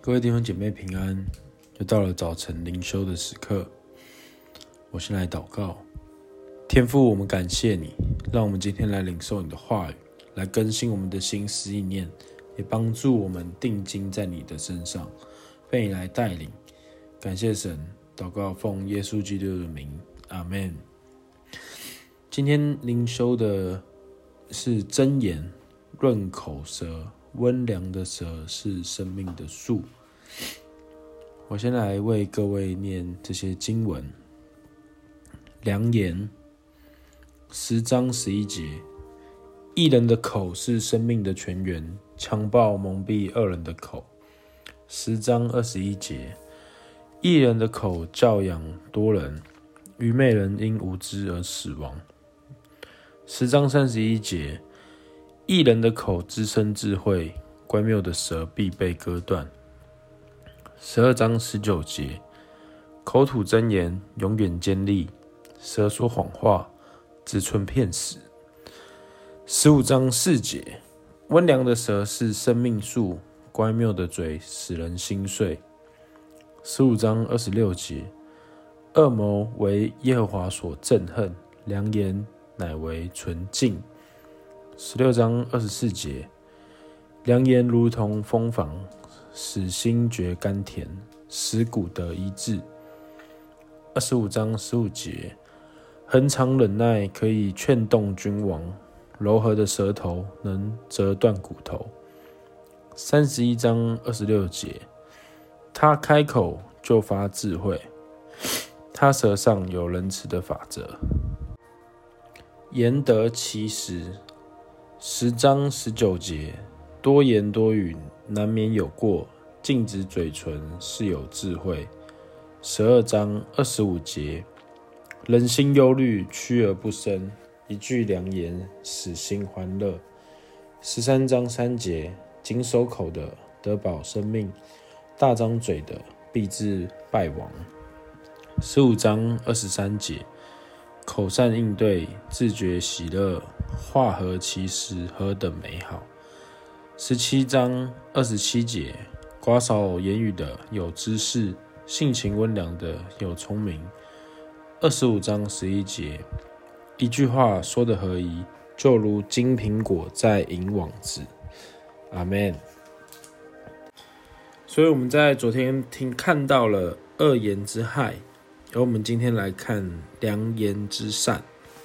各位弟兄姐妹平安，又到了早晨灵修的时刻。我先来祷告。天父，我们感谢你，让我们今天来领受你的话语，来更新我们的心思意念，也帮助我们定睛在你的身上，被你来带领。感谢神，祷告奉耶稣基督的名，阿们。今天灵修的是箴言，润口舌，温良的舌是生命的树。我先来为各位念这些经文。良言10章11节，义人的口是生命的泉源，强暴蒙蔽恶人的口。10章21节，义人的口教养多人，愚昧人因无知而死亡。10章31节，义人的口滋生智慧，乖谬的舌必被割断。12章19节，口吐真言，永远坚立，舌说谎话，只存骗死。15章4节，温良的舌是生命树，乖谬的嘴使人心碎。15章26节，恶谋为耶和华所憎恨，良言乃为纯净。16章24节，良言如同蜂房，使心觉甘甜，使骨得医治。25章15节，恒常忍耐可以劝动君王，柔和的舌头能折断骨头。31章26节，他开口就发智慧，他舌上有仁慈的法则。言得其实，10章19节，多言多语难免有过，禁止嘴唇是有智慧。12章25节，人心忧虑，屈而不伸，一句良言使心欢乐。13章3节，谨守口的得保生命，大张嘴的必致败亡。15章23节，口善应对，自觉喜乐，话合其时，何等美好。17章27节，寡少言语的有知识，性情温良的有聪明。25章11节，一句话说得合宜，就如金苹果在引网子。阿们。所以我们在昨天看到了恶言之害，而我们今天来看良言之善。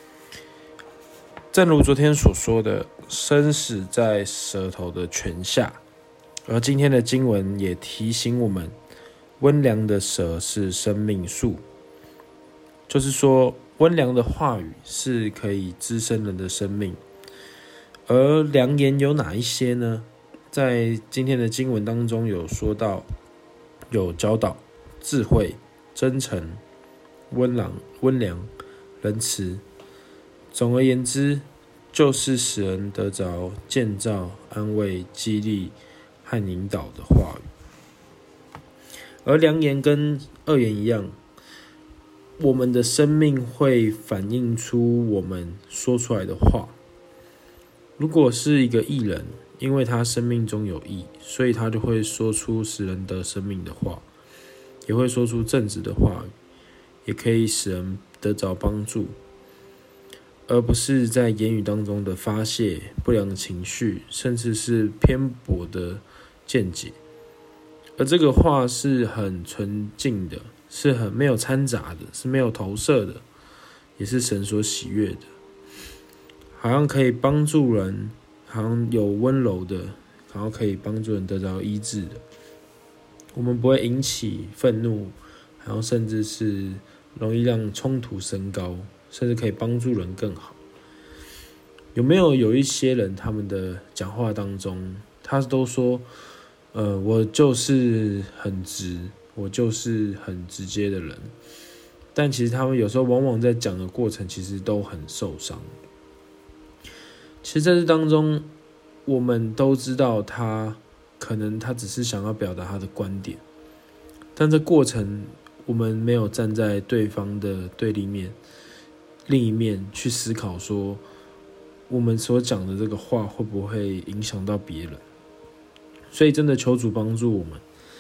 正如昨天所说的，生死在舌头的权下，而今天的经文也提醒我们，温良的舌是生命树，就是说温良的话语是可以滋生人的生命。而良言有哪一些呢？在今天的经文当中有说到，有教导、智慧、真诚、温良、仁慈。总而言之，就是使人得着建造、安慰、激励和引导的话语。而良言跟恶言一样，我们的生命会反映出我们说出来的话。如果是一个义人，因为他生命中有义，所以他就会说出使人得生命的话，也会说出正直的话语，也可以使人得着帮助，而不是在言语当中的发泄不良情绪，甚至是偏颇的见解。而这个话是很纯净的，是很没有掺杂的，是没有投射的，也是神所喜悦的，好像可以帮助人，好像有温柔的，好像可以帮助人得到医治的。我们不会引起愤怒，好像甚至是容易让冲突升高，甚至可以帮助人更好。有一些人，他们的讲话当中，他都说我就是很直，我就是很直接的人，但其实他们有时候往往在讲的过程其实都很受伤。其实在这当中，我们都知道可能他只是想要表达他的观点，但这过程我们没有站在对方的对立面，另一面去思考说，我们所讲的这个话会不会影响到别人。所以真的求主帮助我们，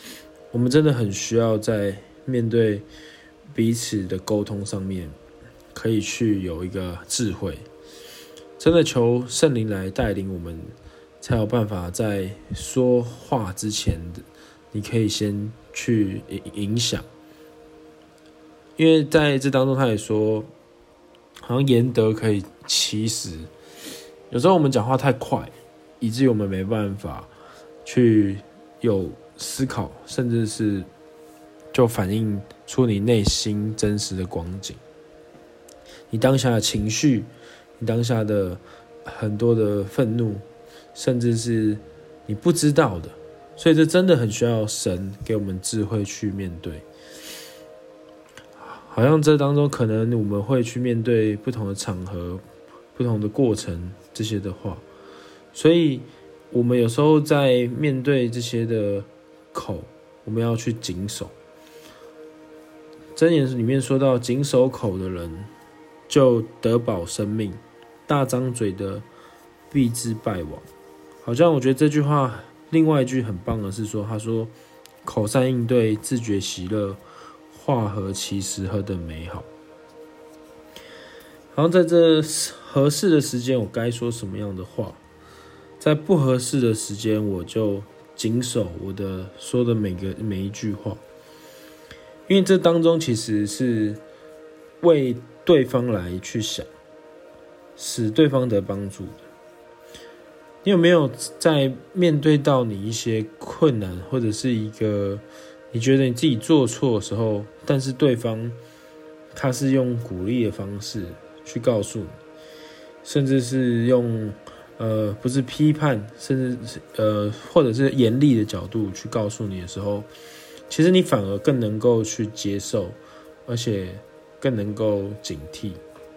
我们真的很需要在面对彼此的沟通上面，可以去有一个智慧。真的求圣灵来带领我们，才有办法在说话之前，你可以先去影响。因为在这当中，他也说，好像言德可以其实，有时候我们讲话太快，以至于我们没办法去有思考，甚至是就反映出你内心真实的光景，你当下的情绪，你当下的很多的愤怒，甚至是你不知道的，所以这真的很需要神给我们智慧去面对。好像这当中可能我们会去面对不同的场合、不同的过程这些的话，所以我们有时候在面对这些的口，我们要去谨守。箴言里面说到，谨守口的人就得保生命，大张嘴的必致败亡。好像我觉得这句话另外一句很棒的是说，他说口善应对，自觉喜乐，话合其时，何等美好。然后在这合适的时间，我该说什么样的话；在不合适的时间，我就谨守我的说的每一句话。因为这当中其实是为对方来去想，使对方得帮助的。你有没有在面对到你一些困难，或者是一个你觉得你自己做错的时候，但是对方他是用鼓励的方式去告诉你，甚至是用不是批判，甚至或者是严厉的角度去告诉你的时候，其实你反而更能够去接受，而且更能够警惕。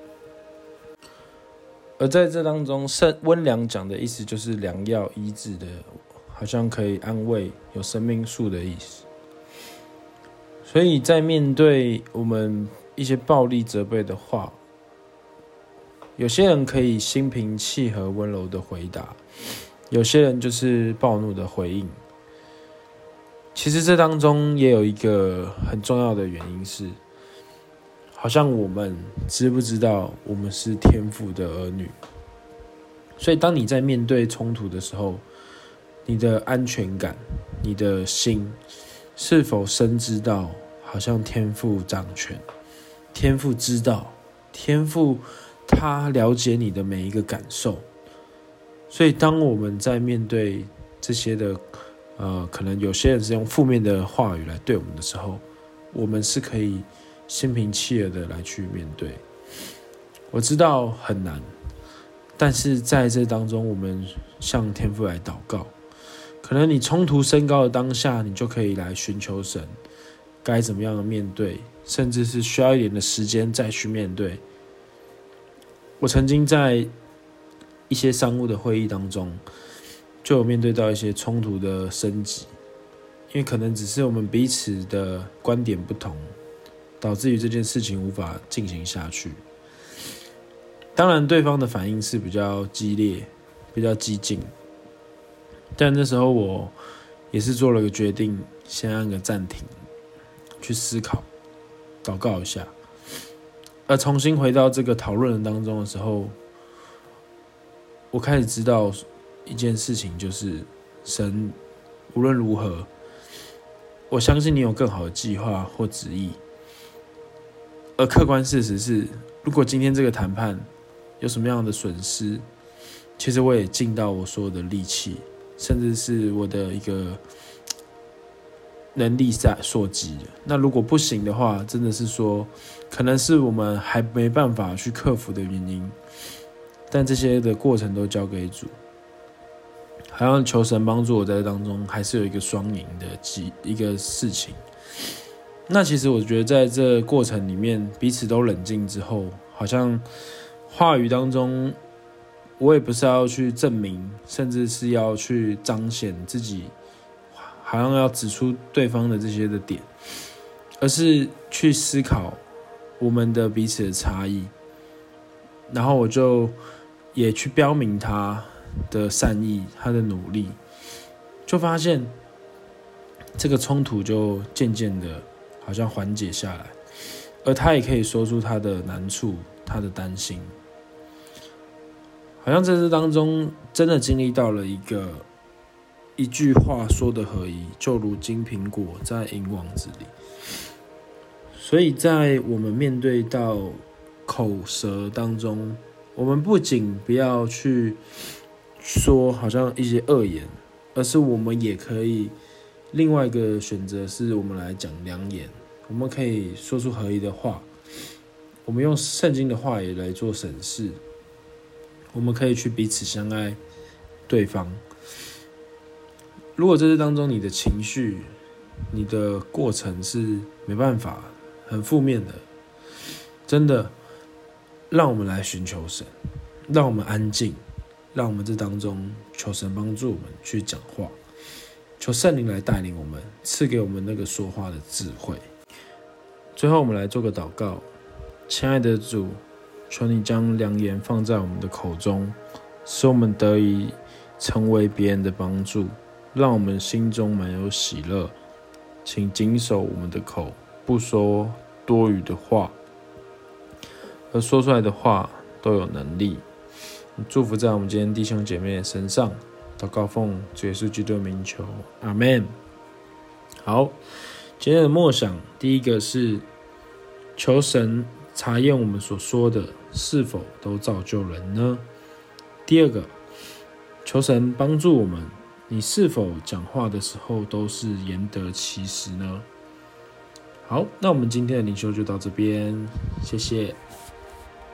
而在这当中，温良讲的意思就是良药医治的，好像可以安慰，有生命树的意思。所以在面对我们一些暴力责备的话，有些人可以心平气和温柔的回答，有些人就是暴怒的回应。其实这当中也有一个很重要的原因是，好像我们知不知道我们是天父的儿女。所以当你在面对冲突的时候，你的安全感，你的心是否深知到好像天父掌权，天父知道，天父他了解你的每一个感受。所以当我们在面对这些的可能有些人是用负面的话语来对我们的时候，我们是可以心平气和的来去面对。我知道很难，但是在这当中，我们向天父来祷告。可能你冲突升高的当下，你就可以来寻求神该怎么样的面对，甚至是需要一点的时间再去面对。我曾经在一些商务的会议当中，就有面对到一些冲突的升级，因为可能只是我们彼此的观点不同，导致于这件事情无法进行下去。当然对方的反应是比较激烈，比较激进，但那时候我也是做了个决定，先按个暂停，去思考，祷告一下。而重新回到这个讨论当中的时候，我开始知道一件事情，就是神无论如何，我相信你有更好的计划或旨意。而客观事实是，如果今天这个谈判有什么样的损失，其实我也尽到我所有的力气，甚至是我的一个能力所及的。那如果不行的话，真的是说，可能是我们还没办法去克服的原因。但这些的过程都交给主，还要求神帮助我在当中，还是有一个双赢的一个事情。那其实我觉得在这过程里面，彼此都冷静之后，好像话语当中，我也不是要去证明，甚至是要去彰显自己，好像要指出对方的这些的点，而是去思考我们的彼此的差异，然后我就也去标明他的善意，他的努力，就发现这个冲突就渐渐的好像缓解下来，而他也可以说出他的难处，他的担心，好像在这当中真的经历到了一句话说的合一，就如金苹果在银网子里。所以在我们面对到口舌当中，我们不仅不要去说好像一些恶言，而是我们也可以另外一个选择是我们来讲良言，我们可以说出合一的话，我们用圣经的话语来做审视，我们可以去彼此相爱对方。如果在这当中你的情绪、你的过程是没办法很负面的，真的让我们来寻求神，让我们安静，让我们这当中求神帮助我们去讲话，求圣灵来带领我们，赐给我们那个说话的智慧。最后我们来做个祷告。亲爱的主，求你将良言放在我们的口中，使我们得以成为别人的帮助，让我们心中满有喜乐。请谨守我们的口，不说多余的话，而说出来的话都有能力。祝福在我们今天弟兄姐妹的身上，祷告奉主耶稣基督的名求，阿们。好，今天的默想，第一个是求神查验我们所说的是否都造就人呢？第二个，求神帮助我们，你是否讲话的时候都是言得其实呢？好，那我们今天的灵修就到这边，谢谢。